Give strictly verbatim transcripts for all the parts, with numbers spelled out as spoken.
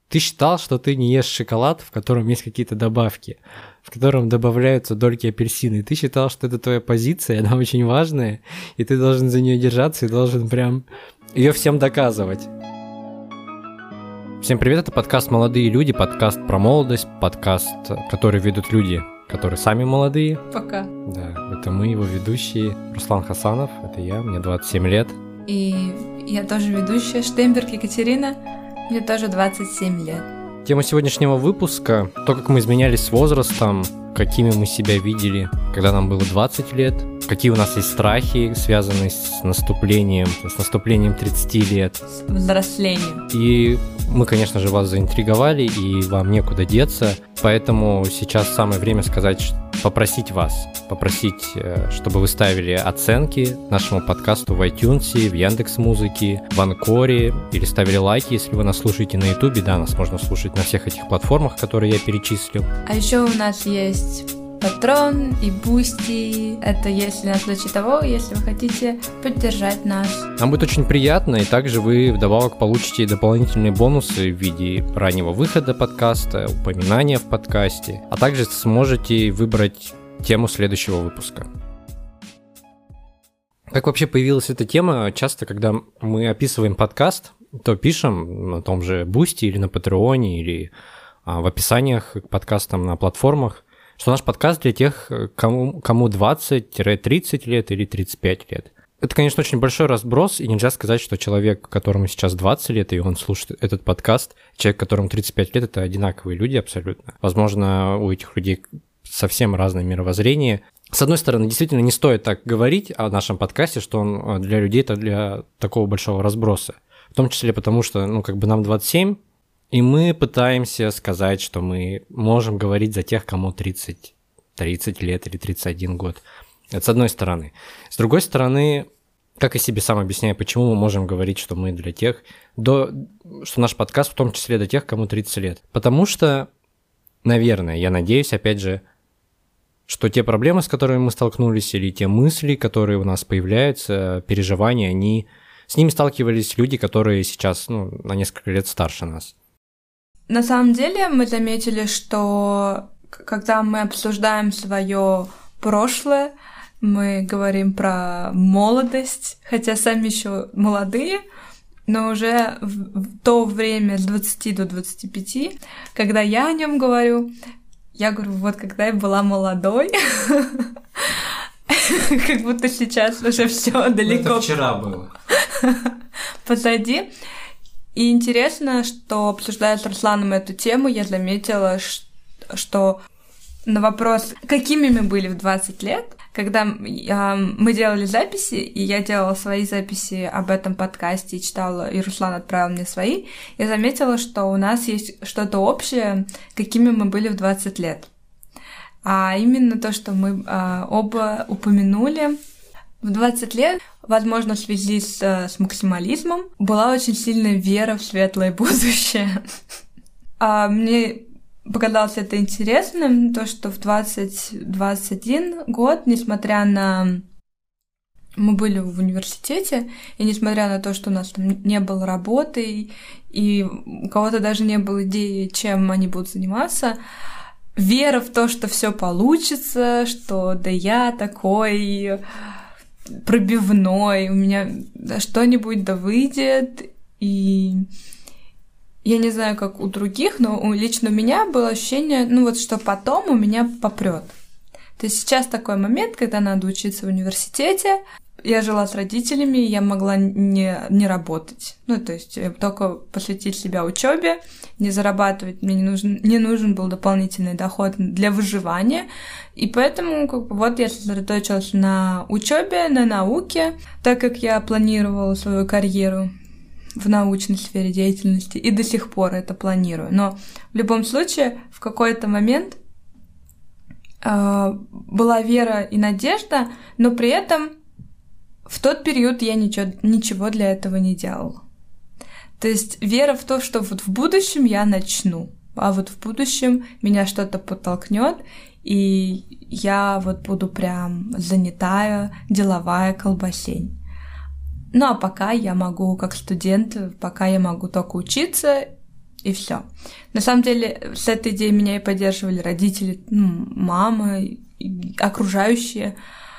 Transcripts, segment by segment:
ты считал, что ты не ешь шоколад, в котором есть какие-то добавки, в котором добавляются дольки апельсина, и ты считал, что это твоя позиция, она очень важная, и ты должен за нее держаться и должен прям ее всем доказывать. Всем привет, это подкаст «Молодые люди», подкаст про молодость, подкаст, который ведут люди, которые сами молодые. Пока. Да, это мы, его ведущие. Руслан Хасанов, это я, мне двадцать семь лет. И я тоже ведущая, Штемберг Екатерина, мне тоже двадцать семь лет. Тема сегодняшнего выпуска – то, как мы изменялись с возрастом, какими мы себя видели, когда нам было двадцать лет, какие у нас есть страхи, связанные с наступлением, с наступлением тридцати лет. С взрослением. И мы, конечно же, вас заинтриговали, и вам некуда деться, поэтому сейчас самое время сказать, попросить вас, попросить, чтобы вы ставили оценки нашему подкасту в iTunes, в Яндекс.Музыке, в Анкоре, или ставили лайки, если вы нас слушаете на Ютубе. Да, нас можно слушать на всех этих платформах, которые я перечислил. А еще у нас есть Патрон и Бусти. Это если на случай того, если вы хотите поддержать нас. Нам будет очень приятно, и также вы вдобавок получите дополнительные бонусы в виде раннего выхода подкаста, упоминания в подкасте, а также сможете выбрать тему следующего выпуска. Как вообще появилась эта тема? Часто, когда мы описываем подкаст, то пишем на том же Бусти или на Патреоне, или в описаниях к подкастам на платформах, что наш подкаст для тех, кому, кому двадцать-тридцать лет или тридцать пять лет. Это, конечно, очень большой разброс, и нельзя сказать, что человек, которому сейчас двадцать лет, и он слушает этот подкаст, человек, которому тридцать пять лет, это одинаковые люди абсолютно. Возможно, у этих людей совсем разное мировоззрение. С одной стороны, действительно не стоит так говорить о нашем подкасте, что он для людей это для такого большого разброса. В том числе потому, что, ну, как бы нам двадцать семь, и мы пытаемся сказать, что мы можем говорить за тех, кому тридцать, тридцать лет или тридцать один год. Это с одной стороны. С другой стороны, как и себе сам объясняю, почему мы можем говорить, что мы для тех, до, что наш подкаст в том числе для тех, кому тридцать лет. Потому что, наверное, я надеюсь, опять же, что те проблемы, с которыми мы столкнулись, или те мысли, которые у нас появляются, переживания, они, с ними сталкивались люди, которые сейчас, ну, на несколько лет старше нас. На самом деле мы заметили, что когда мы обсуждаем свое прошлое, мы говорим про молодость, хотя сами еще молодые, но уже в то время с двадцати до двадцати пяти, когда я о нем говорю, я говорю, вот когда я была молодой, как будто сейчас уже все далеко. Это вчера было. Позади. И интересно, что, обсуждая с Русланом эту тему, я заметила, что на вопрос, какими мы были в двадцать лет, когда мы делали записи, и я делала свои записи об этом подкасте и читала, и Руслан отправил мне свои, я заметила, что у нас есть что-то общее, какими мы были в двадцать лет. А именно то, что мы оба упомянули. В двадцать лет, возможно, в связи с, с максимализмом, была очень сильная вера в светлое будущее. А мне показалось это интересным, то, что в двадцать-двадцать один год, несмотря на... Мы были в университете, и несмотря на то, что у нас там не было работы, и у кого-то даже не было идеи, чем они будут заниматься, вера в то, что все получится, что да я такой... пробивной, у меня что-нибудь да выйдет, и я не знаю, как у других, но лично у меня было ощущение, ну вот, что потом у меня попрёт. То есть сейчас такой момент, когда надо учиться в университете, я жила с родителями, я могла не, не работать, ну то есть только посвятить себя учебе, не зарабатывать, мне не нужен, не нужен был дополнительный доход для выживания, и поэтому как бы, вот я сосредоточилась на учебе, на науке, так как я планировала свою карьеру в научной сфере деятельности и до сих пор это планирую. Но в любом случае в какой-то момент э, была вера и надежда, но при этом в тот период я ничего, ничего для этого не делала. То есть вера в то, что вот в будущем я начну, а вот в будущем меня что-то подтолкнет, и я вот буду прям занятая, деловая колбасень. Ну а пока я могу, как студент, пока я могу только учиться и все. На самом деле, с этой идеей меня и поддерживали родители, ну, мама, окружающие.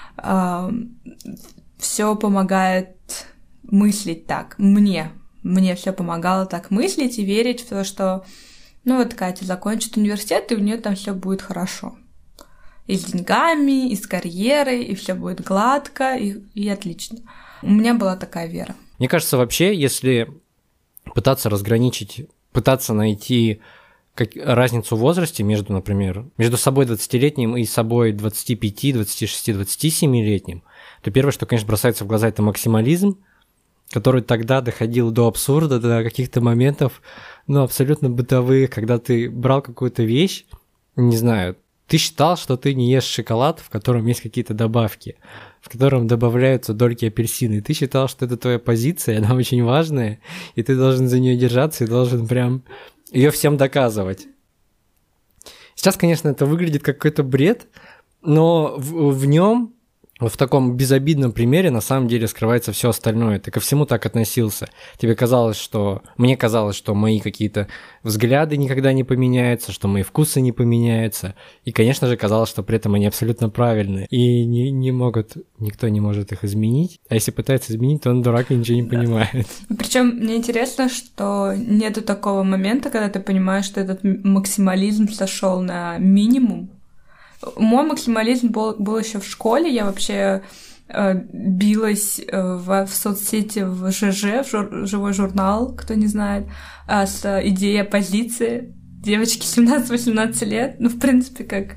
Все помогает мыслить так. Мне. Мне все помогало так мыслить и верить в то, что, ну вот Катя закончит университет, и у нее там все будет хорошо. И с деньгами, и с карьерой, и все будет гладко, и, и отлично. У меня была такая вера. Мне кажется, вообще, если пытаться разграничить, пытаться найти как, разницу в возрасте между, например, между собой двадцатилетним и собой двадцати пяти, двадцати шести, двадцати семилетним, то первое, что, конечно, бросается в глаза, это максимализм, который тогда доходил до абсурда, до каких-то моментов, ну, абсолютно бытовых, когда ты брал какую-то вещь, не знаю, ты считал, что ты не ешь шоколад, в котором есть какие-то добавки, в котором добавляются дольки апельсина, и ты считал, что это твоя позиция, она очень важная, и ты должен за нее держаться, и должен прям ее всем доказывать. Сейчас, конечно, это выглядит как какой-то бред, но в, в нем, в таком безобидном примере, на самом деле скрывается все остальное. Ты ко всему так относился. Тебе казалось, что... Мне казалось, что мои какие-то взгляды никогда не поменяются, что мои вкусы не поменяются. И, конечно же, казалось, что при этом они абсолютно правильные. И не, не могут... Никто не может их изменить. А если пытается изменить, то он дурак и ничего не понимает. Причем мне интересно, что нету такого момента, когда ты понимаешь, что этот максимализм сошел на минимум. Мой максимализм был, был еще в школе. Я вообще э, билась э, в, в соцсети в ЖЖ, в жур, живой журнал, кто не знает, э, с идеей оппозиции. Девочки семнадцать-восемнадцать лет, ну, в принципе, как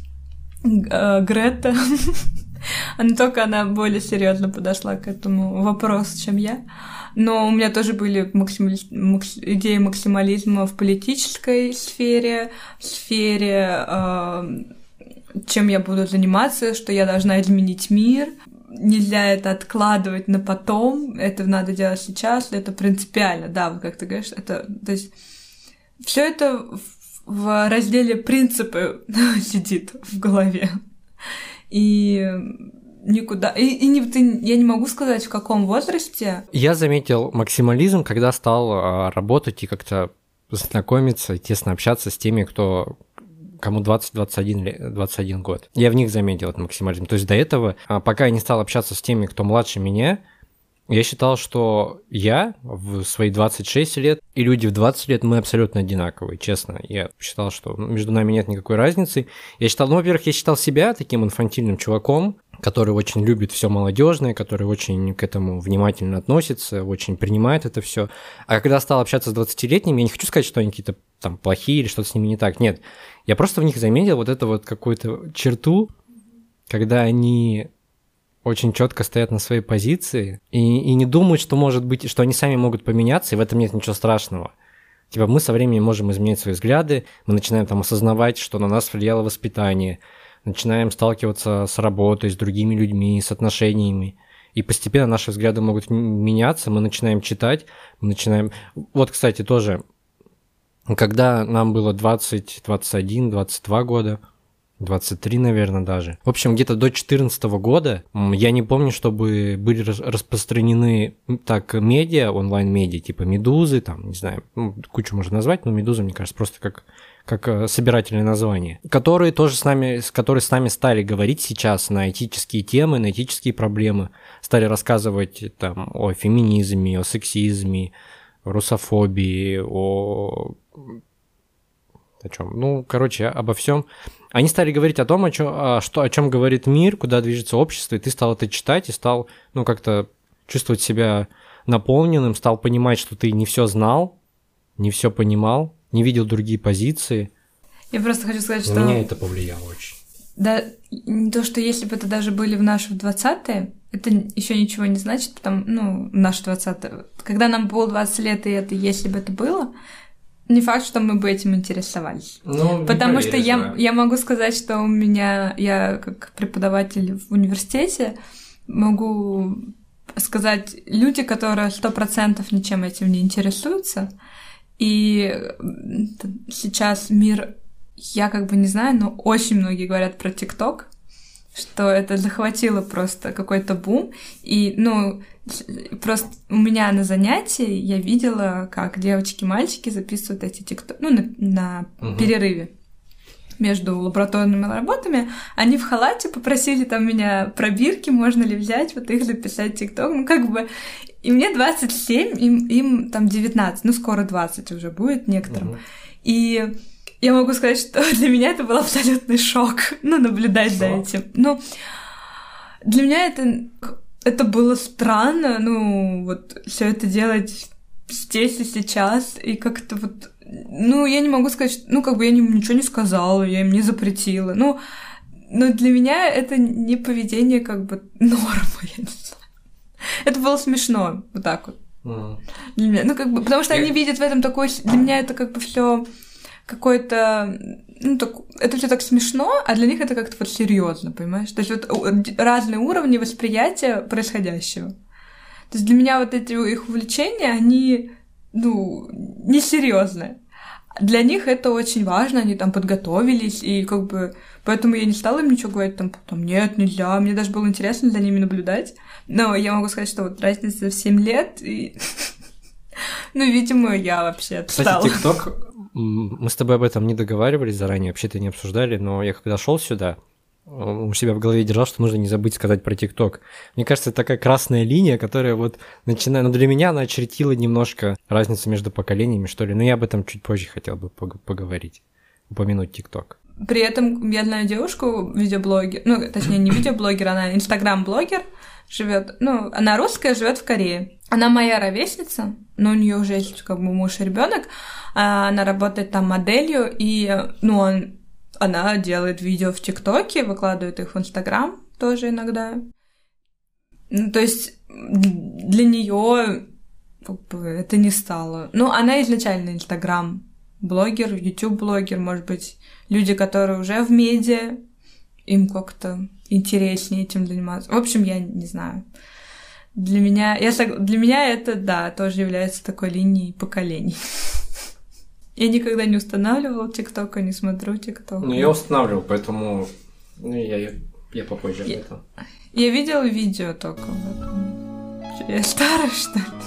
э, Грета. Она только она более серьезно подошла к этому вопросу, чем я. Но у меня тоже были максимали... макс... идеи максимализма в политической сфере, в сфере... Э, чем я буду заниматься, что я должна изменить мир. Нельзя это откладывать на потом, это надо делать сейчас, это принципиально, да, вот как ты говоришь, это, то есть все это в разделе принципы сидит в голове. И никуда... И, и не, ты, я не могу сказать, в каком возрасте. Я заметил максимализм, когда стал а, работать и как-то знакомиться, тесно общаться с теми, кто... кому двадцать двадцать один, двадцать один год. Я в них заметил этот максимализм. То есть до этого, пока я не стал общаться с теми, кто младше меня, я считал, что я в свои двадцать шесть лет и люди в двадцать лет, мы абсолютно одинаковые, честно. Я считал, что между нами нет никакой разницы. Я считал, ну, во-первых, я считал себя таким инфантильным чуваком, который очень любит все молодежное, который очень к этому внимательно относится, очень принимает это все. А когда стал общаться с двадцатилетними, я не хочу сказать, что они какие-то там плохие или что-то с ними не так. Нет, я просто в них заметил вот эту вот какую-то черту, когда они очень четко стоят на своей позиции и, и не думают, что может быть, что они сами могут поменяться, и в этом нет ничего страшного. Типа мы со временем можем изменять свои взгляды, мы начинаем там осознавать, что на нас влияло воспитание, начинаем сталкиваться с работой, с другими людьми, с отношениями. И постепенно наши взгляды могут меняться, мы начинаем читать, мы начинаем... Вот, кстати, тоже, когда нам было двадцать, двадцать один, двадцать два года, двадцать три, наверное, даже. В общем, где-то до четырнадцатого года я не помню, чтобы были распространены так медиа, онлайн-медиа, типа «Медузы», там, не знаю, ну, кучу можно назвать, но «Медуза», мне кажется, просто как... как собирательное название, которые тоже с нами, которые с нами стали говорить сейчас на этические темы, на этические проблемы, стали рассказывать там о феминизме, о сексизме, о русофобии, о... о чем? Ну, короче, обо всем. Они стали говорить о том, о чем, о, что, о чем говорит мир, куда движется общество, и ты стал это читать и стал, ну, как-то чувствовать себя наполненным, стал понимать, что ты не все знал, не все понимал, не видел другие позиции. Я просто хочу сказать, что... На меня это повлияло очень. Да, не то, что если бы это даже были в наши двадцатые, это еще ничего не значит, потому, ну, наши двадцатые. Когда нам было двадцать лет, и это, если бы это было, не факт, что мы бы этим интересовались. Ну, потому что я, я могу сказать, что у меня, я как преподаватель в университете, могу сказать, люди, которые сто процентов ничем этим не интересуются, и сейчас мир, я как бы не знаю, но очень многие говорят про ТикТок, что это захватило просто какой-то бум. И, ну, просто у меня на занятии я видела, как девочки и мальчики записывают эти тиктоки, ну, на, на угу. перерыве между лабораторными работами. Они в халате попросили там меня пробирки, можно ли взять, вот их записать в тикток. Ну, как бы... И мне двадцать семь, им, им там девятнадцать, ну, скоро двадцать уже будет некоторым. Угу. И я могу сказать, что для меня это был абсолютный шок, ну, наблюдать что? за этим. Ну, для меня это, это было странно, ну, вот все это делать здесь и сейчас, и как-то вот, ну, я не могу сказать, что, ну, как бы я им ничего не сказала, я им не запретила, ну, но для меня это не поведение как бы норма, я не знаю. Это было смешно, вот так вот. Mm. Для меня, ну, как бы, потому что yeah. они видят в этом такой... Для меня это как бы все какое-то... Ну, так, это все так смешно, а для них это как-то вот серьезно, понимаешь? То есть вот разные уровни восприятия происходящего. То есть для меня вот эти их увлечения, они, ну, несерьезные. Для них это очень важно, они там подготовились, и как бы... Поэтому я не стала им ничего говорить, там, там, нет, нельзя. Мне даже было интересно за ними наблюдать. Но я могу сказать, что вот разница в семь лет, и... ну, видимо, я вообще отстала. Кстати, ТикТок, мы с тобой об этом не договаривались заранее, вообще-то не обсуждали, но я когда шел сюда, у себя в голове держал, что нужно не забыть сказать про ТикТок. Мне кажется, это такая красная линия, которая вот начинает... Ну, для меня она очертила немножко разницу между поколениями, что ли. Но я об этом чуть позже хотел бы поговорить, упомянуть ТикТок. При этом я знаю девушку, видеоблогер, ну, точнее, не видеоблогер, она инстаграм-блогер, живет, ну, она русская, живет в Корее. Она моя ровесница, но у нее уже есть как бы муж и ребенок. Она работает там моделью, и, ну, он, она делает видео в ТикТоке, выкладывает их в Инстаграм тоже иногда. Ну, то есть для нее как бы, это не стало. Ну, она изначально инстаграм-блогер, ютуб-блогер, может быть, люди, которые уже в медиа, им как-то интереснее этим заниматься. В общем, я не знаю. Для меня, я, для меня это, да, тоже является такой линией поколений. Я никогда не устанавливала ТикТок, не смотрю ТикТок. Ну, я устанавливал, поэтому ну, я, я, я попозже об этом. Я видела видео только об этом. Я старая, что ли?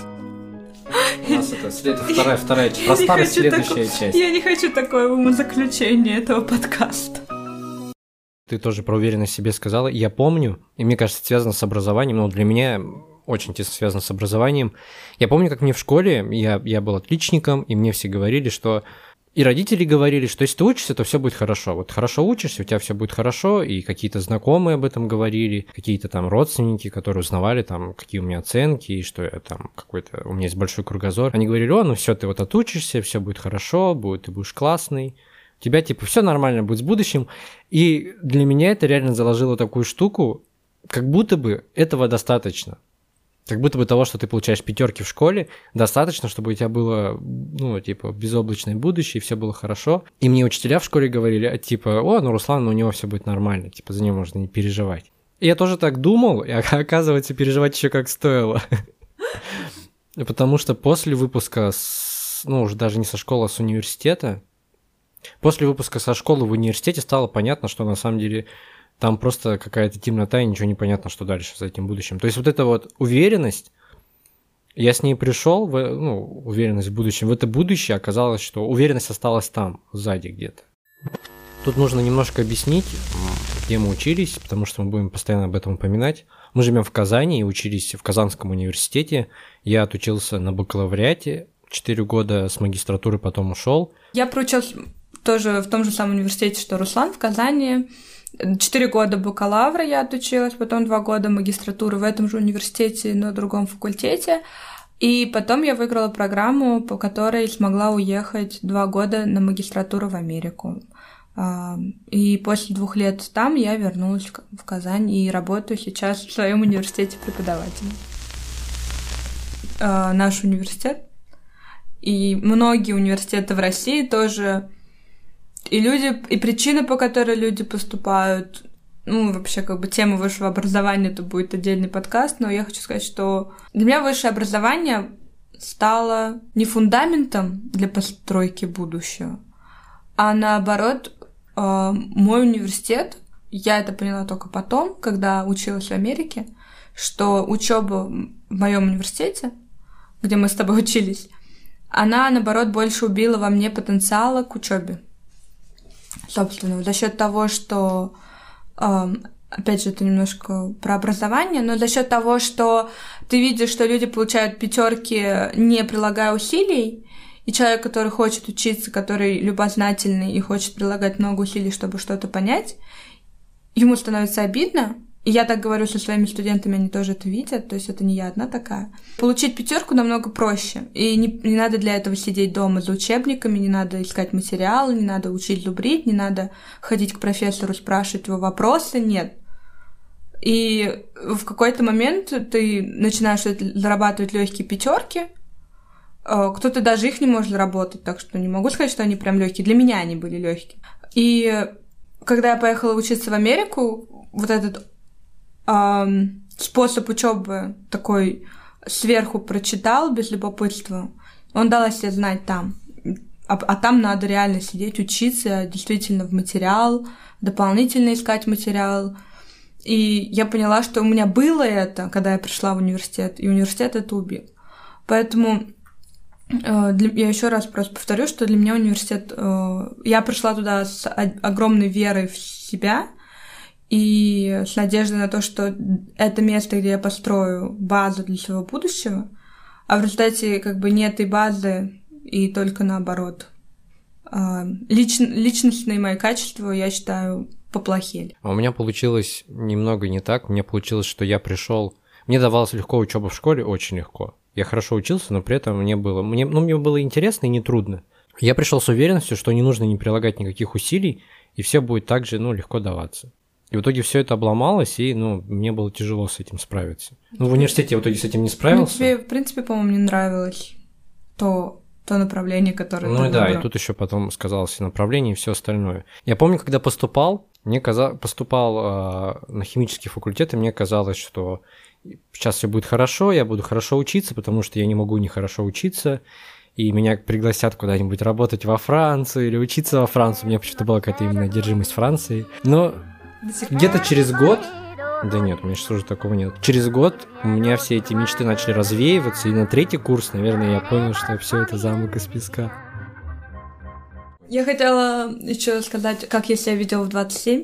У нас это след... вторая, вторая часть. Про старость следующая таку... часть. Я не хочу такое умозаключение этого подкаста. Ты тоже про уверенность в себе сказала. Я помню, и мне кажется, это связано с образованием, но для меня очень тесно связано с образованием. Я помню, как мне в школе, я, я был отличником, и мне все говорили, что... И родители говорили, что если ты учишься, то все будет хорошо. Вот хорошо учишься, у тебя все будет хорошо, и какие-то знакомые об этом говорили, какие-то там родственники, которые узнавали, там, какие у меня оценки, и что я там какой-то... У меня есть большой кругозор. Они говорили, о, ну все, ты вот отучишься, все будет хорошо, будет, ты будешь классный. У тебя, типа, все нормально будет с будущим. И для меня это реально заложило такую штуку, как будто бы этого достаточно. Как будто бы того, что ты получаешь пятерки в школе, достаточно, чтобы у тебя было, ну, типа, безоблачное будущее, и все было хорошо. И мне учителя в школе говорили, типа, о, ну, Руслан, ну, у него все будет нормально, типа, за него можно не переживать. И я тоже так думал, и оказывается, переживать еще как стоило. Потому что после выпуска, с, ну, уже даже не со школы, а с университета, после выпуска со школы в университете стало понятно, что на самом деле там просто какая-то темнота и ничего не понятно, что дальше с этим будущим. То есть вот эта вот уверенность, я с ней пришел, в, ну, уверенность в будущем, в это будущее оказалось, что уверенность осталась там, сзади где-то. Тут нужно немножко объяснить, где мы учились, потому что мы будем постоянно об этом упоминать. Мы живем в Казани и учились в Казанском университете. Я отучился на бакалавриате, четыре года с магистратуры потом ушел. Я проучилась тоже в том же самом университете, что Руслан, в Казани. Четыре года бакалавра я отучилась, потом два года магистратуры в этом же университете, на другом факультете. И потом я выиграла программу, по которой смогла уехать два года на магистратуру в Америку. И после двух лет там я вернулась в Казань и работаю сейчас в своем университете преподавателем. Наш университет и многие университеты в России тоже... И люди, и причины, по которой люди поступают, ну, вообще, как бы, тема высшего образования, это будет отдельный подкаст, но я хочу сказать, что для меня высшее образование стало не фундаментом для постройки будущего, а наоборот, мой университет я это поняла только потом, когда училась в Америке, что учеба в моем университете, где мы с тобой учились, она, наоборот, больше убила во мне потенциала к учебе. Собственно, за счет того, что, э, опять же, это немножко про образование, но за счет того, что ты видишь, что люди получают пятерки, не прилагая усилий, и человек, который хочет учиться, который любознательный и хочет прилагать много усилий, чтобы что-то понять, ему становится обидно. И я так говорю со своими студентами, они тоже это видят, то есть это не я одна такая. Получить пятерку намного проще, и не, не надо для этого сидеть дома за учебниками, не надо искать материалы, не надо учить зубрить, не надо ходить к профессору, спрашивать его вопросы, нет. И в какой-то момент ты начинаешь зарабатывать легкие пятерки, кто-то даже их не может заработать, так что не могу сказать, что они прям легкие. Для меня они были легкие. И когда я поехала учиться в Америку, вот этот эм, способ учебы такой сверху прочитал без любопытства, он дал о себе знать там. А, а там надо реально сидеть, учиться, действительно в материал, дополнительно искать материал. И я поняла, что у меня было это, когда я пришла в университет, и университет это убил. Поэтому э, для, я еще раз просто повторю, что для меня университет... Э, я пришла туда с огромной верой в себя и с надеждой на то, что это место, где я построю базу для своего будущего, а в результате как бы нет этой базы, и только наоборот. Э, лич, личностные мои качества, я считаю, поплохели. А у меня получилось немного не так. Мне получилось, что я пришел. Мне давалась легко учеба в школе, очень легко. Я хорошо учился, но при этом мне было, мне, ну, мне было интересно и нетрудно. Я пришел с уверенностью, что не нужно не прилагать никаких усилий, и все будет так же, ну, легко даваться. И в итоге все это обломалось, и, ну, мне было тяжело с этим справиться. Ну, в университете я в итоге с этим не справился. Ну, тебе, в принципе, по-моему, не нравилось то... то направление, которое Ну ты да, выбрал. И тут еще потом сказалось и направление, и все остальное. Я помню, когда поступал, мне казалось, поступал э, на химический факультет, и мне казалось, что сейчас все будет хорошо, я буду хорошо учиться, потому что я не могу не хорошо учиться, и меня пригласят куда-нибудь работать во Францию или учиться во Францию. У меня почему-то была какая-то именно одержимость Францией. Но где-то через год... Да нет, у меня сейчас уже такого нет. Через год у меня все эти мечты начали развеиваться, и на третий курс, наверное, я понял, что все это замок из песка. Я хотела еще сказать, как я себя видела в двадцать семь.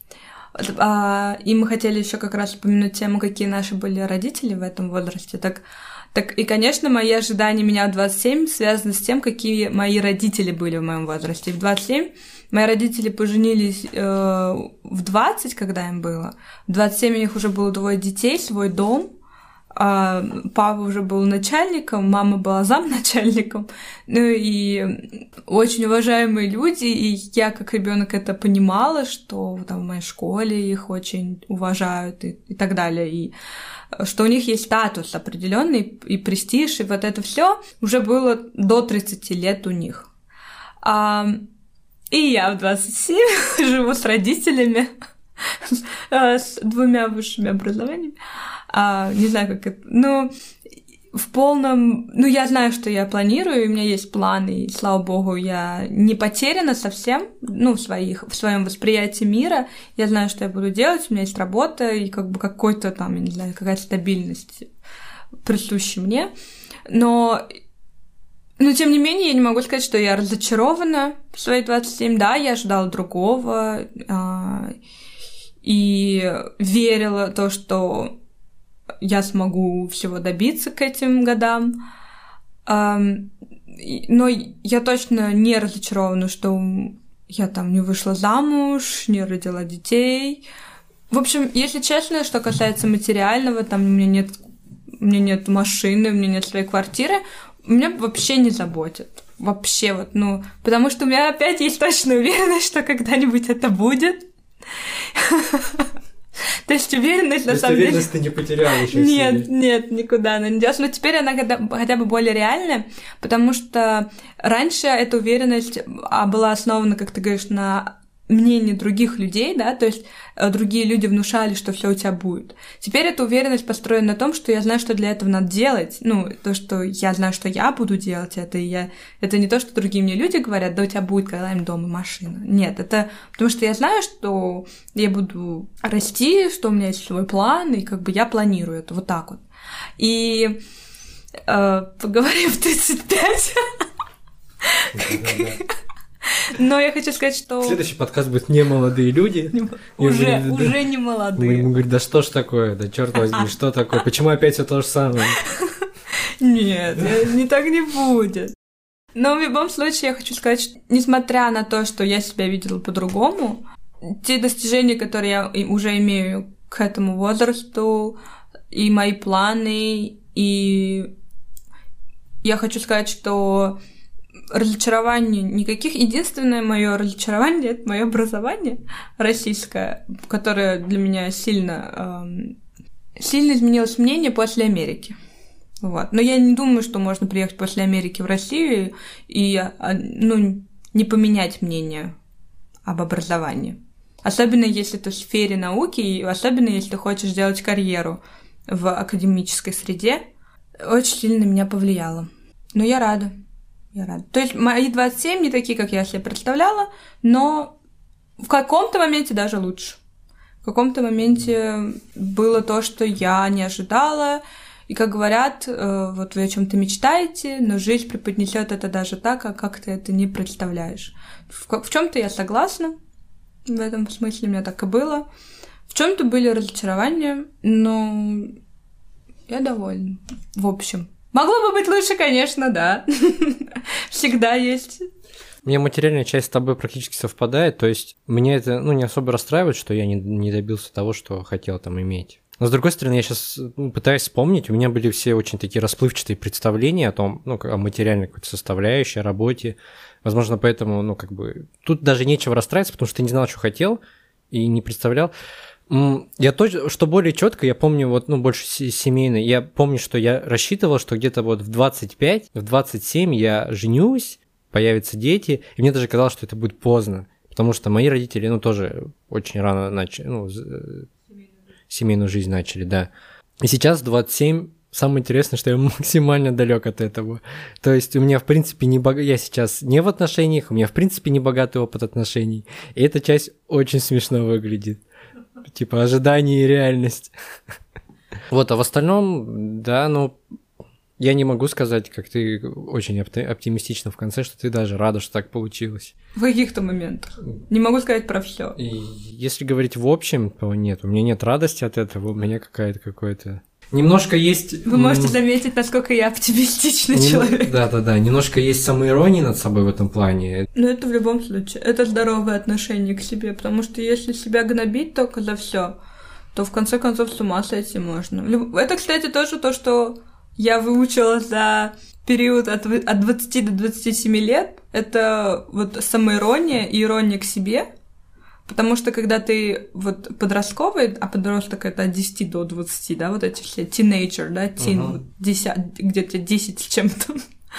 И мы хотели еще как раз упомянуть тему, какие наши были родители в этом возрасте. Так, так и, конечно, мои ожидания меня в двадцать семь связаны с тем, какие мои родители были в моем возрасте. И в двадцать семь мои родители поженились э, в двадцать, когда им было. В двадцать семь у них уже было двое детей, свой дом. А папа уже был начальником, мама была замначальником. Ну и очень уважаемые люди, и я как ребенок это понимала, что там в моей школе их очень уважают и, и так далее. И что у них есть статус определенный и престиж, и вот это все уже было до тридцати лет у них. А, и я в двадцать семь живу с родителями, с двумя высшими образованиями. А, не знаю, как это... Ну, в полном... Ну, я знаю, что я планирую, у меня есть планы, и, слава богу, я не потеряна совсем, ну, в, своих, в своем восприятии мира. Я знаю, что я буду делать, у меня есть работа, и как бы какой-то там, я не знаю, какая-то стабильность присуща мне. Но... Но, тем не менее, я не могу сказать, что я разочарована в свои двадцать семь. Да, я ожидала другого, а, и верила в то, что я смогу всего добиться к этим годам. Но я точно не разочарована, что я там не вышла замуж, не родила детей. В общем, если честно, что касается материального, там у меня нет, у меня нет машины, у меня нет своей квартиры, меня вообще не заботит. Вообще вот, ну, потому что у меня опять есть точная уверенность, что когда-нибудь это будет. То есть уверенность, на самом деле... уверенность ты не потеряла еще Нет, нет, никуда она не делась. Но теперь она хотя бы более реальная, потому что раньше эта уверенность была основана, как ты говоришь, на мнение других людей, да, то есть другие люди внушали, что все у тебя будет. Теперь эта уверенность построена на том, что я знаю, что для этого надо делать, ну, то, что я знаю, что я буду делать, это я, это не то, что другие мне люди говорят, да у тебя будет когда-нибудь дома машина. Нет, это потому что я знаю, что я буду расти, что у меня есть свой план, и как бы я планирую это вот так вот. И э, поговорим в тридцать пять. Но я хочу сказать, что... Следующий подкаст будет «Не молодые люди». Уже, уже не молодые. Мы ему говорим, да что ж такое, да черт возьми, что такое, почему опять все то же самое? Нет, не так не будет. Но в любом случае я хочу сказать, что несмотря на то, что я себя видела по-другому, те достижения, которые я уже имею к этому возрасту, и мои планы, и я хочу сказать, что разочарование никаких. Единственное мое разочарование — это мое образование российское, которое для меня сильно, эм, сильно изменилось мнение после Америки. Вот. Но я не думаю, что можно приехать после Америки в Россию и ну, не поменять мнение об образовании. Особенно если ты в сфере науки, и особенно если ты хочешь сделать карьеру в академической среде. Очень сильно на меня повлияло. Но я рада. Я рада. То есть мои двадцать семь не такие, как я себе представляла, но в каком-то моменте даже лучше. В каком-то моменте было то, что я не ожидала. И, как говорят, вот вы о чем-то мечтаете, но жизнь преподнесет это даже так, как ты это не представляешь. В, в чем-то я согласна. В этом смысле у меня так и было. В чем-то были разочарования, но я довольна. В общем. Могло бы быть лучше, конечно, да. Всегда есть. У меня материальная часть с тобой практически совпадает, то есть меня это ну, не особо расстраивает, что я не, не добился того, что хотел там иметь. Но, с другой стороны, я сейчас ну, пытаюсь вспомнить, у меня были все очень такие расплывчатые представления о том, ну, о материальной какой-то составляющей, о работе. Возможно, поэтому, ну, как бы, тут даже нечего расстраиваться, потому что ты не знал, что хотел и не представлял. Я точно, что более четко, я помню, вот, ну, больше семейно, я помню, что я рассчитывал, что где-то вот в двадцать пять, в двадцать семь я женюсь, появятся дети, и мне даже казалось, что это будет поздно, потому что мои родители, ну, тоже очень рано начали, ну, семейную жизнь начали, да. И сейчас в двадцать семь самое интересное, что я максимально далек от этого. То есть у меня, в принципе, не бог... я сейчас не в отношениях, у меня, в принципе, не богатый опыт отношений, и эта часть очень смешно выглядит. Типа ожидание и реальность. Вот, а в остальном, да, ну, я не могу сказать, как ты очень оптимистично в конце, что ты даже рада, что так получилось. В каких-то моментах. Не могу сказать про все. Если говорить в общем, то нет, у меня нет радости от этого, у меня какая-то какое-то... Немножко есть... Вы можете заметить, насколько я оптимистичный Нем... человек. Да-да-да, немножко есть самоирония над собой в этом плане. Но это в любом случае, это здоровое отношение к себе, потому что если себя гнобить только за все, то в конце концов с ума сойти можно. Это, кстати, тоже то, что я выучила за период от, от двадцати до двадцати семи лет. Это вот самоирония и ирония к себе. Потому что когда ты вот подростковый, а подросток это от десяти до двадцати, да, вот эти все teenager, да, teen, uh-huh. вот десять, где-то десять с чем-то,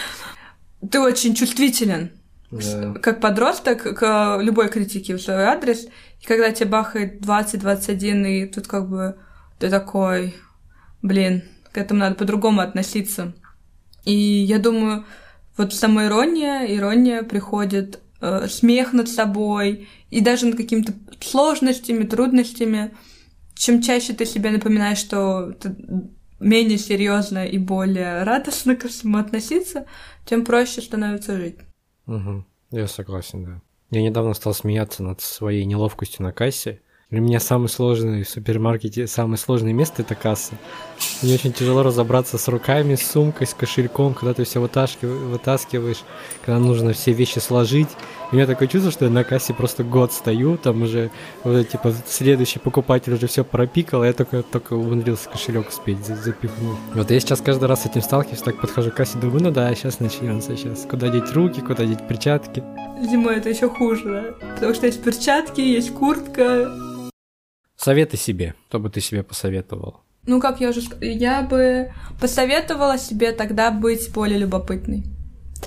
ты очень чувствителен, yeah. как подросток, к любой критике в свой адрес, и когда тебе бахает двадцать двадцать один, и тут как бы ты такой, блин, к этому надо по-другому относиться. И я думаю, вот самоирония, ирония приходит, э, смех над собой, и даже над какими-то сложностями, трудностями. Чем чаще ты себе напоминаешь, что ты менее серьезно и более радостно ко всему относиться, тем проще становится жить. Угу. Я согласен, да. Я недавно стал смеяться над своей неловкостью на кассе. Для меня самый сложный в супермаркете, самое сложное место — это касса. Мне очень тяжело разобраться с руками, с сумкой, с кошельком, когда ты все вытаскиваешь, когда нужно все вещи сложить. И у меня такое чувство, что я на кассе просто год стою, там уже вот, типа следующий покупатель уже все пропикал, а я только, только умудрился кошелек успеть запихнуть. Вот я сейчас каждый раз с этим сталкиваюсь, так подхожу к кассе, думаю, ну да, сейчас начнется, сейчас. Куда деть руки, куда деть перчатки. Зимой это еще хуже, да? Потому что есть перчатки, есть куртка. Советы себе, что бы ты себе посоветовал? Ну, как я уже сказала, я бы посоветовала себе тогда быть более любопытной.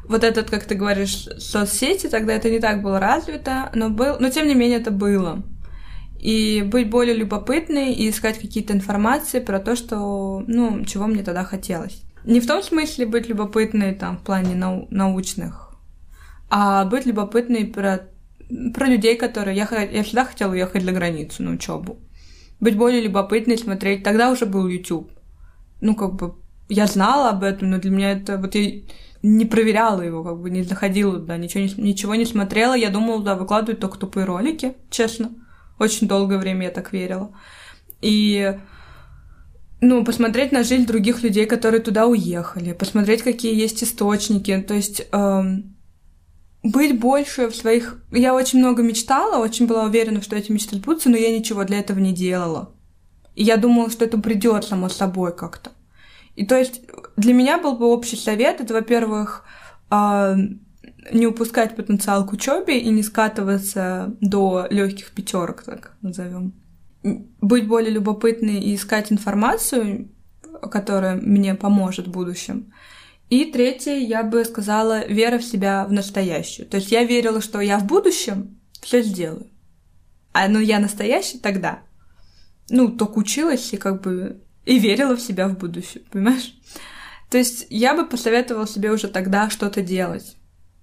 вот этот, как ты говоришь, соцсети, тогда это не так было развито, но, был, но тем не менее это было. И быть более любопытной и искать какие-то информации про то, что, ну, чего мне тогда хотелось. Не в том смысле быть любопытной там, в плане нау- научных, а быть любопытной про, про людей, которые... Я, я всегда хотела уехать за границу на учебу. Быть более любопытной, смотреть. Тогда уже был YouTube. Ну, как бы, я знала об этом, но для меня это... Вот я не проверяла его, как бы, не заходила туда, ничего не, ничего не смотрела. Я думала, да, выкладывают только тупые ролики, честно. Очень долгое время я так верила. И... Ну, посмотреть на жизнь других людей, которые туда уехали, посмотреть, какие есть источники, то есть эм, быть больше в своих... Я очень много мечтала, очень была уверена, что эти мечты сбудутся, но я ничего для этого не делала. И я думала, что это придёт само собой как-то. И то есть для меня был бы общий совет, это, во-первых, э, не упускать потенциал к учебе и не скатываться до легких пятерок, так назовем. Быть более любопытной и искать информацию, которая мне поможет в будущем. И третье, я бы сказала, вера в себя в настоящую. То есть я верила, что я в будущем все сделаю. А ну я настоящий тогда. Ну, только училась и как бы и верила в себя в будущее, понимаешь? То есть я бы посоветовала себе уже тогда что-то делать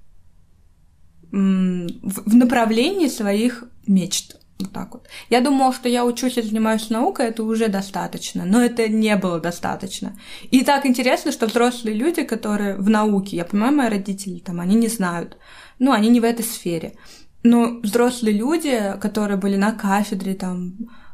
в направлении своих мечт. Вот так вот. Я думала, что я учусь и занимаюсь наукой, это уже достаточно, но это не было достаточно. И так интересно, что взрослые люди, которые в науке, я понимаю, мои родители, там, они не знают, ну, они не в этой сфере, но взрослые люди, которые были на кафедре, там,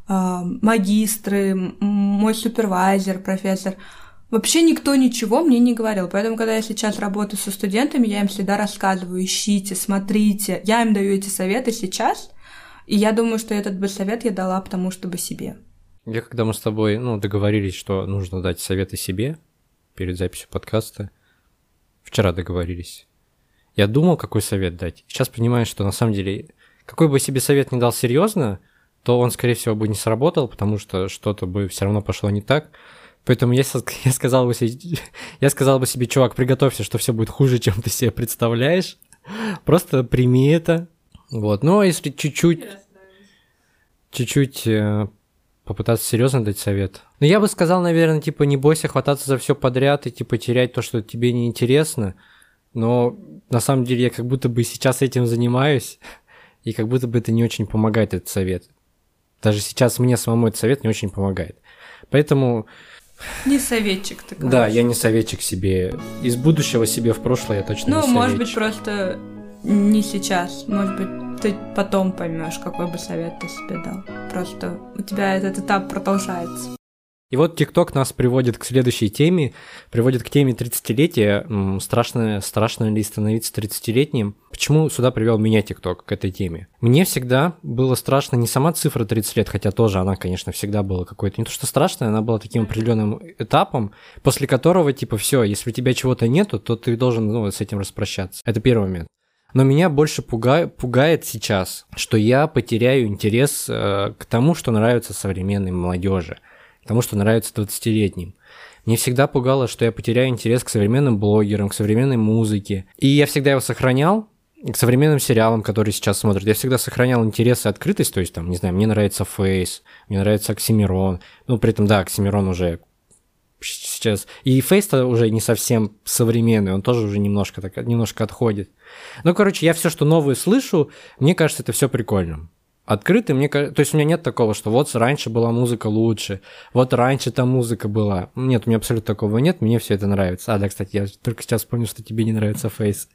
магистры, мой супервайзер, профессор, вообще никто ничего мне не говорил. Поэтому, когда я сейчас работаю со студентами, я им всегда рассказываю: ищите, смотрите, я им даю эти советы сейчас. И я думаю, что этот бы совет я дала потому, чтобы себе. Я, когда мы с тобой, ну, договорились, что нужно дать советы себе перед записью подкаста, вчера договорились, я думал, какой совет дать. Сейчас понимаю, что на самом деле, какой бы себе совет ни дал серьезно, то он, скорее всего, бы не сработал, потому что что-то бы все равно пошло не так. Поэтому я, я, сказал бы себе, я сказал бы себе: чувак, приготовься, что все будет хуже, чем ты себе представляешь. Просто прими это. Вот, но если чуть-чуть, чуть-чуть э, попытаться серьезно дать совет. Ну, я бы сказал, наверное, типа, не бойся хвататься за все подряд и, типа, терять то, что тебе неинтересно. Но на самом деле я как будто бы сейчас этим занимаюсь, и как будто бы это не очень помогает, этот совет. Даже сейчас мне самому этот совет не очень помогает. Поэтому... Не советчик ты, короче. Да, я не советчик себе. Из будущего себе в прошлое я точно ну, не советчик. Ну, может быть, просто не сейчас. Может быть, ты потом поймешь, какой бы совет ты себе дал. Просто у тебя этот этап продолжается. И вот ТикТок нас приводит к следующей теме, приводит к теме тридцатилетия. Страшно, страшно ли становиться тридцатилетним? Почему сюда привел меня ТикТок к этой теме? Мне всегда было страшно не сама цифра тридцать лет, хотя тоже она, конечно, всегда была какой-то... Не то что страшная, она была таким определенным этапом, после которого, типа, все, если у тебя чего-то нету, то ты должен, ну, с этим распрощаться. Это первый момент. Но меня больше пуга... пугает сейчас, что я потеряю интерес э, к тому, что нравится современной молодежи, к тому, что нравится двадцатилетним. Мне всегда пугало, что я потеряю интерес к современным блогерам, к современной музыке. И я всегда его сохранял, к современным сериалам, которые сейчас смотрят. Я всегда сохранял интерес и открытость, то есть, там, не знаю, мне нравится Фейс, мне нравится Оксимирон. Ну, при этом, да, Оксимирон уже сейчас... И Фейс-то уже не совсем современный, он тоже уже немножко, так, немножко отходит. Ну, короче, я все, что новое слышу, мне кажется, это все прикольно. Открытый, мне кажется, то есть у меня нет такого, что вот раньше была музыка лучше, вот раньше там музыка была. Нет, у меня абсолютно такого нет, мне все это нравится. А, да, кстати, я только сейчас понял, что тебе не нравится Фейс.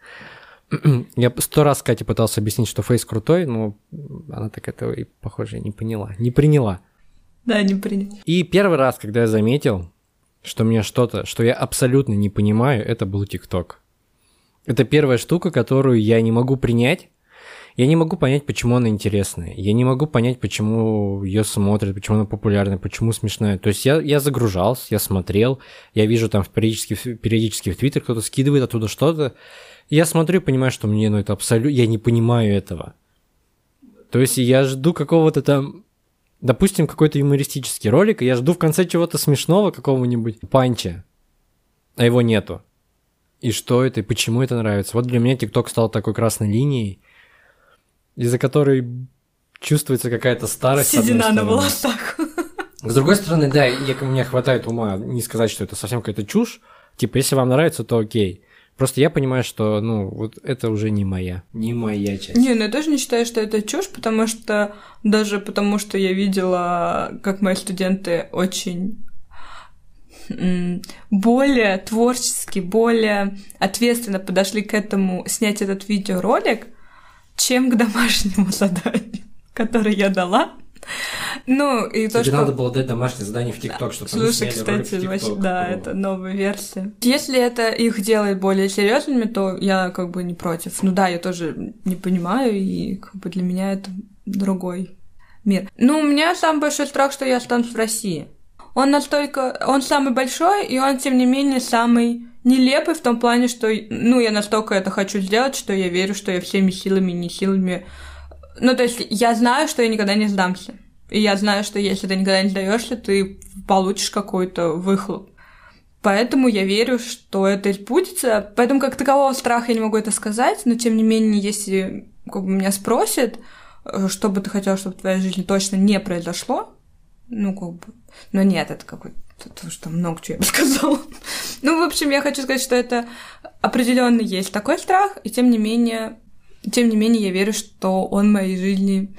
Я сто раз Кате пытался объяснить, что Фейс крутой, но она так этого и, похоже, не поняла, не приняла. Да, не приняла. И первый раз, когда я заметил, что мне что-то, что я абсолютно не понимаю, это был ТикТок. Это первая штука, которую я не могу принять. Я не могу понять, почему она интересная. Я не могу понять, почему ее смотрят, почему она популярная, почему смешная. То есть я, я загружался, я смотрел, я вижу там периодически, периодически в Твиттер кто-то скидывает оттуда что-то. И я смотрю и понимаю, что мне, ну это абсолютно... Я не понимаю этого. То есть я жду какого-то там... Допустим, какой-то юмористический ролик, и я жду в конце чего-то смешного, какого-нибудь панча, а его нету. и что это, и почему это нравится. Вот для меня ТикТок стал такой красной линией, из-за которой чувствуется какая-то старость. Седина на волосах. С другой стороны, да, я, у меня хватает ума не сказать, что это совсем какая-то чушь. Типа, если вам нравится, то окей. Просто я понимаю, что, ну, вот это уже не моя, не моя часть. Не, ну я тоже не считаю, что это чушь, потому что даже потому, что я видела, как мои студенты очень м, более творчески, более ответственно подошли к этому снять этот видеоролик, чем к домашнему заданию, которое я дала. Ну, и Тебе то, что... надо было дать домашнее задание в ТикТок, чтобы они Слушай, сняли кстати, ролик в вообще, TikTok. да, Ну. это новая версия. Если это их делает более серьезными, то я как бы не против. Ну да, я тоже не понимаю, и как бы для меня это другой мир. Ну, у меня самый большой страх, что я останусь в России. Он настолько... Он самый большой, и он, тем не менее, самый нелепый в том плане, что, ну, я настолько это хочу сделать, что я верю, что я всеми силами, не силами... Ну, то есть я знаю, что я никогда не сдамся. И я знаю, что если ты никогда не сдаешься, ты получишь какой-то выхлоп. Поэтому я верю, что это сбудется. Поэтому как такового страха я не могу это сказать, но тем не менее, если как бы, меня спросят, что бы ты хотел, чтобы в твоей жизни точно не произошло, ну, как бы... Но нет, это какой-то... Потому что много чего я бы сказала. Ну, в общем, я хочу сказать, что это определенно есть такой страх, и тем не менее... Тем не менее, я верю, что он в моей жизни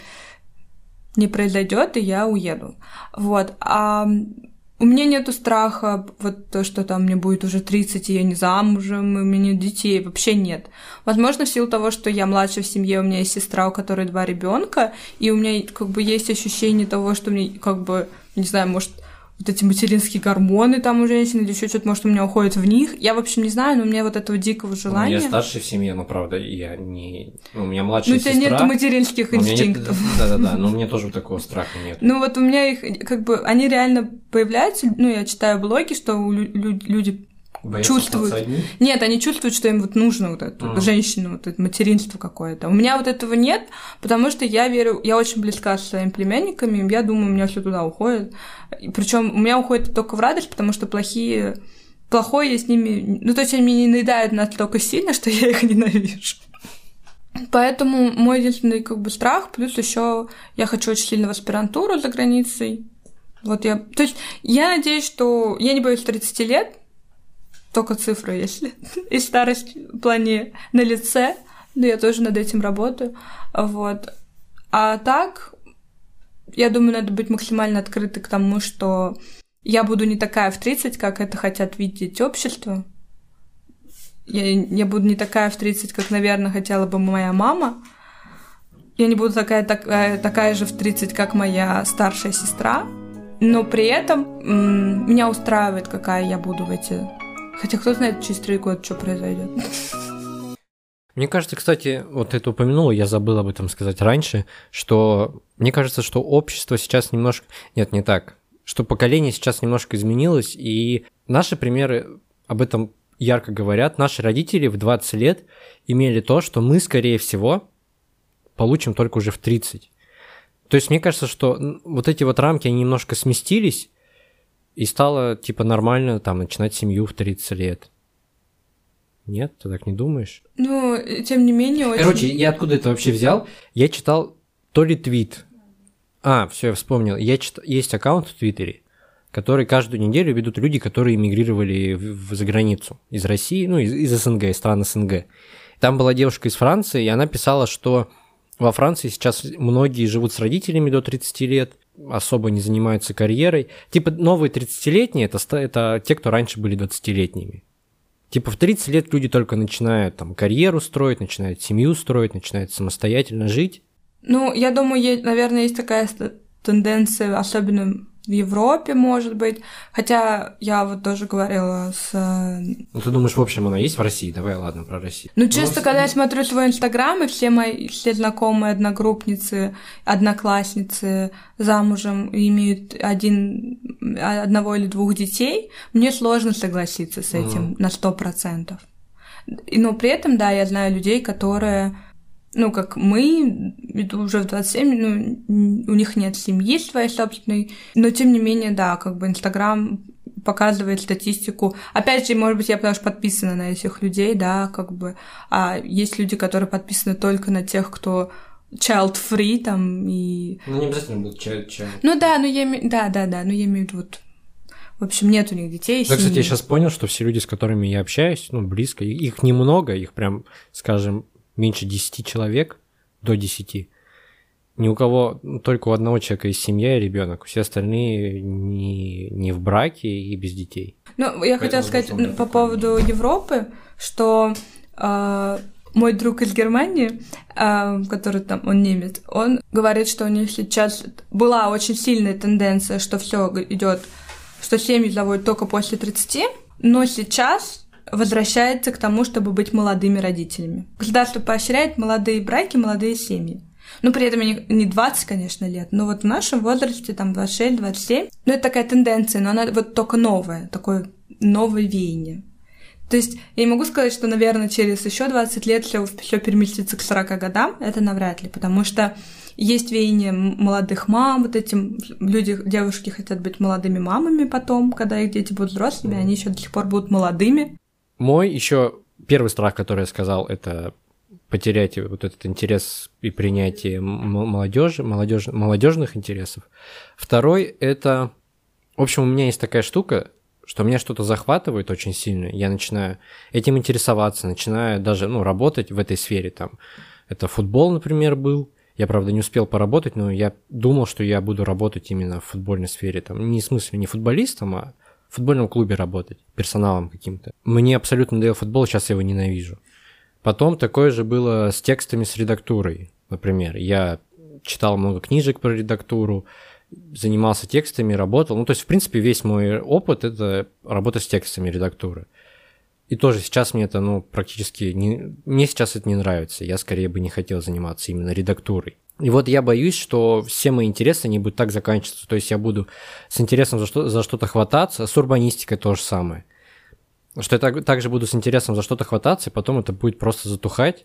не произойдет, и я уеду. Вот. А у меня нету страха, вот то, что там мне будет уже тридцать, и я не замужем, и у меня нет детей, вообще нет. Возможно, в силу того, что я младшая в семье, у меня есть сестра, у которой два ребенка, и у меня как бы есть ощущение того, что мне как бы, не знаю, может, вот эти материнские гормоны там у женщин или еще что-то, может, у меня уходит в них. Я, в общем, не знаю, но у меня вот этого дикого желания. Я старший в семье, но, правда, я не... Ну, у меня младшая ну, сестра. Ну, у тебя нет материнских инстинктов. Да-да-да, но у меня тоже такого страха нет. Ну, вот у меня их, как бы, они реально появляются, ну, я читаю блоги, что люди боятся чувствуют... Нет, они чувствуют, что им вот нужно вот это, mm. женщину, вот это материнство какое-то. У меня вот этого нет, потому что я верю, я очень близка со своими племянниками, я думаю, у меня все туда уходит. Причем у меня уходит только в радость, потому что плохие... Плохое я с ними... Ну, то есть они меня не наедают настолько сильно, что я их ненавижу. Поэтому мой единственный как бы страх, плюс еще я хочу очень сильно в аспирантуру за границей. Вот я... То есть я надеюсь, что я не боюсь тридцати лет, только цифры, если и старость в плане на лице, но я тоже над этим работаю, вот. А так, я думаю, надо быть максимально открытой к тому, что я буду не такая в тридцать, как это хотят видеть общество. Я, я буду не такая в тридцать, как, наверное, хотела бы моя мама. Я не буду такая, такая, такая же в тридцать, как моя старшая сестра. Но при этом м- меня устраивает, какая я буду в эти... Хотя кто знает, через три года что произойдет. Мне кажется, кстати, вот это упомянула, я забыл об этом сказать раньше, что мне кажется, что общество сейчас немножко... Нет, не так. Что поколение сейчас немножко изменилось, и наши примеры об этом ярко говорят. Наши родители в двадцать лет имели то, что мы, скорее всего, получим только уже в тридцать. То есть мне кажется, что вот эти вот рамки, они немножко сместились, и стало, типа, нормально там начинать семью в тридцать лет. Нет? Ты так не думаешь? Ну, тем не менее, очень... Короче, я откуда это вообще взял? Я читал то ли твит. А, все, я вспомнил. Я чит... Есть аккаунт в Твиттере, который каждую неделю ведут люди, которые эмигрировали в... в... за границу. Из России, ну, из, из СНГ, из стран СНГ. Там была девушка из Франции, и она писала, что во Франции сейчас многие живут с родителями до тридцати лет, особо не занимаются карьерой. Типа новые тридцатилетние это, это те, кто раньше были двадцатилетними. Типа в тридцать лет люди только начинают там карьеру строить, начинают семью строить, начинают самостоятельно жить. Ну, я думаю, есть, наверное, есть такая тенденция, особенно в Европе, может быть. Хотя я вот тоже говорила с... Ну, ты думаешь, в общем, она есть в России? Давай, ладно, про Россию. Ну, чисто, когда я смотрю свой Инстаграм, и все мои все знакомые одногруппницы, одноклассницы замужем и имеют один, одного или двух детей, мне сложно согласиться с этим mm. на сто процентов. Но при этом, да, я знаю людей, которые... Ну, как мы, уже в двадцать семь, ну, у них нет семьи своей собственной, но тем не менее, да, как бы Инстаграм показывает статистику. Опять же, может быть, я потому что подписана на этих людей, да, как бы. А есть люди, которые подписаны только на тех, кто child-free там и... Ну, не обязательно будут child. Ну да, ну я имею... Да, да, да, ну я имею в виду вот... В общем, нет у них детей. Да, кстати, я сейчас понял, что все люди, с которыми я общаюсь, ну, близко, их немного, их прям, скажем, меньше десяти человек, до десяти. Ни у кого, только у одного человека есть семья и ребенок, все остальные не, не в браке и без детей. Ну, я хотела сказать ну, по поводу Европы, что э, мой друг из Германии, э, который там, он немец, он говорит, что у них сейчас была очень сильная тенденция, что все идет, что семьи заводят только после тридцати, но сейчас возвращается к тому, чтобы быть молодыми родителями. Государство поощряет молодые браки, молодые семьи. Ну, при этом не двадцать, конечно, лет, но вот в нашем возрасте, там, двадцать шесть двадцать семь, ну, это такая тенденция, но она вот только новая, такое новое веяние. То есть я не могу сказать, что, наверное, через еще двадцать лет все, все переместится к сорока годам, это навряд ли, потому что есть веяние молодых мам, вот эти люди, девушки хотят быть молодыми мамами потом, когда их дети будут взрослыми, они еще до сих пор будут молодыми. Мой еще первый страх, который я сказал, это потерять вот этот интерес и принятие молодежи, молодежь, молодежных интересов. Второй – это… В общем, у меня есть такая штука, что меня что-то захватывает очень сильно, я начинаю этим интересоваться, начинаю даже ну, работать в этой сфере. Там. Это футбол, например, был. Я, правда, не успел поработать, но я думал, что я буду работать именно в футбольной сфере. Там, не в смысле не футболистом, а в футбольном клубе работать, персоналом каким-то. Мне абсолютно надоел футбол, сейчас я его ненавижу. Потом такое же было с текстами, с редактурой, например. Я читал много книжек про редактуру, занимался текстами, работал. Ну, то есть, в принципе, весь мой опыт – это работа с текстами редактуры. И тоже сейчас мне это, ну, практически… Не... Мне сейчас это не нравится. Я скорее бы не хотел заниматься именно редактурой. И вот я боюсь, что все мои интересы, они будут так заканчиваться. То есть я буду с интересом за, что... за что-то хвататься. С урбанистикой то же самое. Что я так, также буду с интересом за что-то хвататься, и потом это будет просто затухать,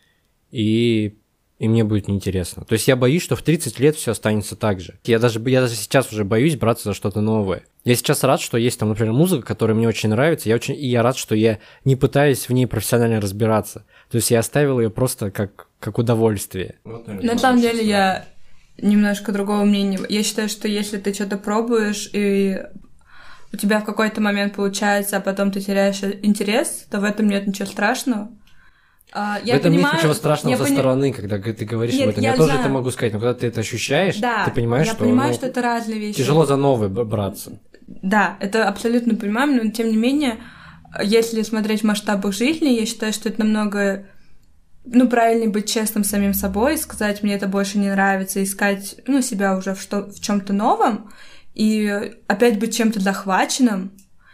и, и мне будет неинтересно. То есть я боюсь, что в тридцать лет все останется так же. Я даже, я даже сейчас уже боюсь браться за что-то новое. Я сейчас рад, что есть там, например, музыка, которая мне очень нравится, я очень, и я рад, что я не пытаюсь в ней профессионально разбираться. То есть я оставил ее просто как, как удовольствие. Вот, наверное, на самом деле я немножко другого мнения. Я считаю, что если ты что-то пробуешь и у тебя в какой-то момент получается, а потом ты теряешь интерес, то в этом нет ничего страшного. Я в этом понимаю, нет ничего страшного со пони... стороны, когда ты говоришь нет, об этом. Я, я тоже это могу сказать, но когда ты это ощущаешь, да, ты понимаешь, я что, понимаю, ну, что это разные вещи. Тяжело за новое браться. Да, это абсолютно понимаем, но тем не менее, если смотреть в масштабах жизни, я считаю, что это намного, ну, правильнее быть честным с самим собой, сказать, мне это больше не нравится, искать, ну, себя уже в, что, в чем-то новом, и опять быть чем-то захваченным,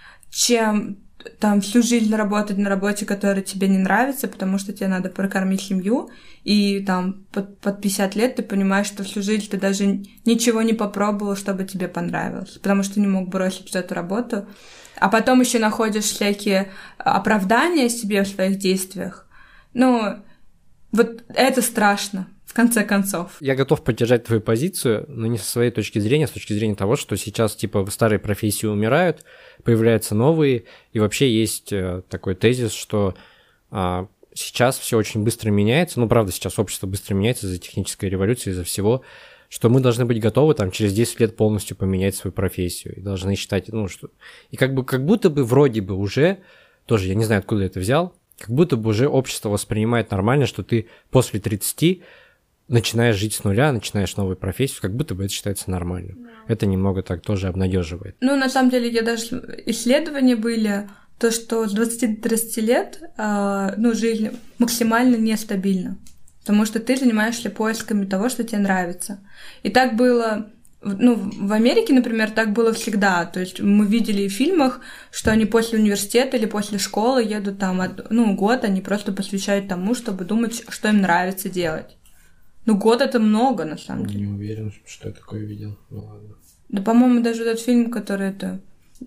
чем там всю жизнь работать на работе, которая тебе не нравится, потому что тебе надо прокормить семью, и там под, под пятьдесят лет ты понимаешь, что всю жизнь ты даже ничего не попробовал, чтобы тебе понравилось, потому что не мог бросить эту работу, а потом еще находишь всякие оправдания себе в своих действиях. Ну, вот это страшно. В конце концов. Я готов поддержать твою позицию, но не со своей точки зрения, а с точки зрения того, что сейчас типа старые профессии умирают, появляются новые, и вообще есть такой тезис, что а, сейчас все очень быстро меняется, ну правда сейчас общество быстро меняется из-за технической революции, из-за всего, что мы должны быть готовы там через десять лет полностью поменять свою профессию, и должны считать, ну что... И как бы как будто бы вроде бы уже, тоже я не знаю, откуда я это взял, как будто бы уже общество воспринимает нормально, что ты после тридцати начинаешь жить с нуля, начинаешь новую профессию, как будто бы это считается нормально. Да. Это немного так тоже обнадеживает. Ну, на самом деле, я даже исследования были, то, что с двадцати до тридцати лет э, ну, жизнь максимально нестабильна, потому что ты занимаешься поисками того, что тебе нравится. И так было, ну, в Америке, например, так было всегда. То есть мы видели в фильмах, что они после университета или после школы едут там, ну, год, они просто посвящают тому, чтобы думать, что им нравится делать. Ну, год это много, на самом деле. Не уверен, что я такое видел. Ну, ладно. Да, по-моему, даже этот фильм, который это...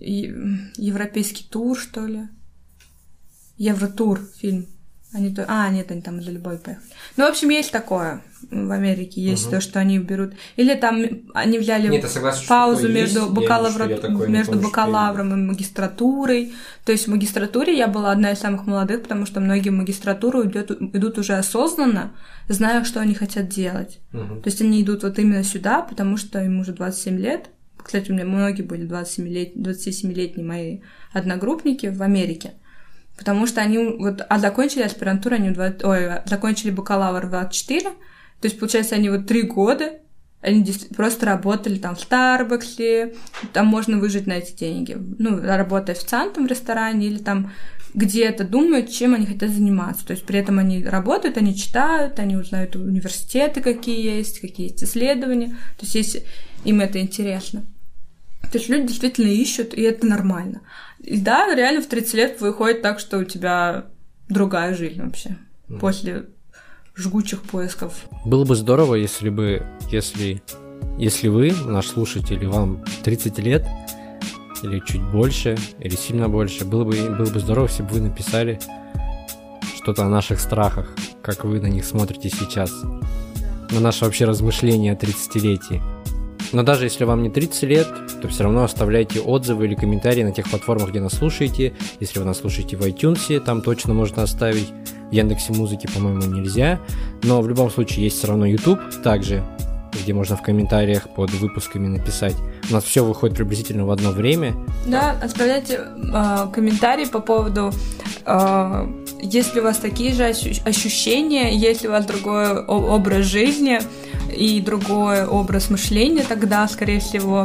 Европейский тур, что ли? Евротур фильм. Они то... А, нет, они там из-за любовь поехали. Ну, в общем, есть такое. в Америке есть угу. то, что они берут. Или там они взяли Нет, согласен, паузу между, бакалавр... между бакалавром помню, и магистратурой. То есть в магистратуре я была одна из самых молодых, потому что многие в магистратуру идут, идут уже осознанно, зная, что они хотят делать. Угу. То есть они идут вот именно сюда, потому что им уже двадцать семь лет. Кстати, у меня многие были двадцатисемилетние мои одногруппники в Америке. Потому что они вот, а закончили аспирантуру, они двадцать, ой, закончили бакалавр в двадцать четыре, то есть, получается, они вот три года, они просто работали там в Старбаксе, там можно выжить на эти деньги, ну, работая официантом в ресторане или там где-то думают, чем они хотят заниматься, то есть, при этом они работают, они читают, они узнают университеты, какие есть, какие есть исследования, то есть, если им это интересно. То есть люди действительно ищут, и это нормально. И да, реально в тридцать лет выходит так, что у тебя другая жизнь вообще. Mm. После жгучих поисков. Было бы здорово, если бы, если, если вы, наш слушатель, вам тридцать лет, или чуть больше, или сильно больше, было бы, было бы здорово, если бы вы написали что-то о наших страхах, как вы на них смотрите сейчас, на наше вообще размышление о тридцатилетии. Но даже если вам не тридцать лет, то все равно оставляйте отзывы или комментарии на тех платформах, где нас слушаете. Если вы нас слушаете в iTunes, там точно можно оставить. В Яндексе.Музыке, по-моему, нельзя. Но в любом случае есть все равно YouTube также, где можно в комментариях под выпусками написать. У нас все выходит приблизительно в одно время. Да, оставляйте э, комментарии по поводу, э, есть ли у вас такие же ощущения, есть ли у вас другой образ жизни и другой образ мышления, тогда, скорее всего,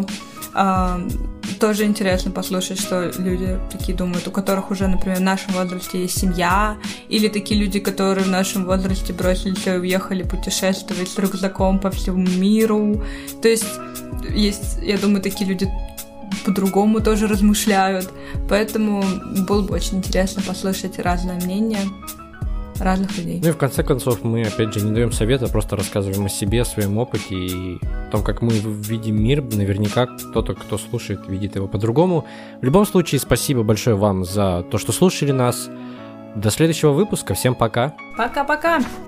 э, тоже интересно послушать, что люди такие думают, у которых уже, например, в нашем возрасте есть семья, или такие люди, которые в нашем возрасте бросили все и уехали путешествовать с рюкзаком по всему миру. То есть, есть, я думаю, такие люди по-другому тоже размышляют. Поэтому было бы очень интересно послушать разные мнения разных людей. Ну и в конце концов мы, опять же, не даем совета, просто рассказываем о себе, о своем опыте и о том, как мы видим мир. Наверняка кто-то, кто слушает, видит его по-другому. В любом случае, спасибо большое вам за то, что слушали нас. До следующего выпуска. Всем пока. Пока-пока.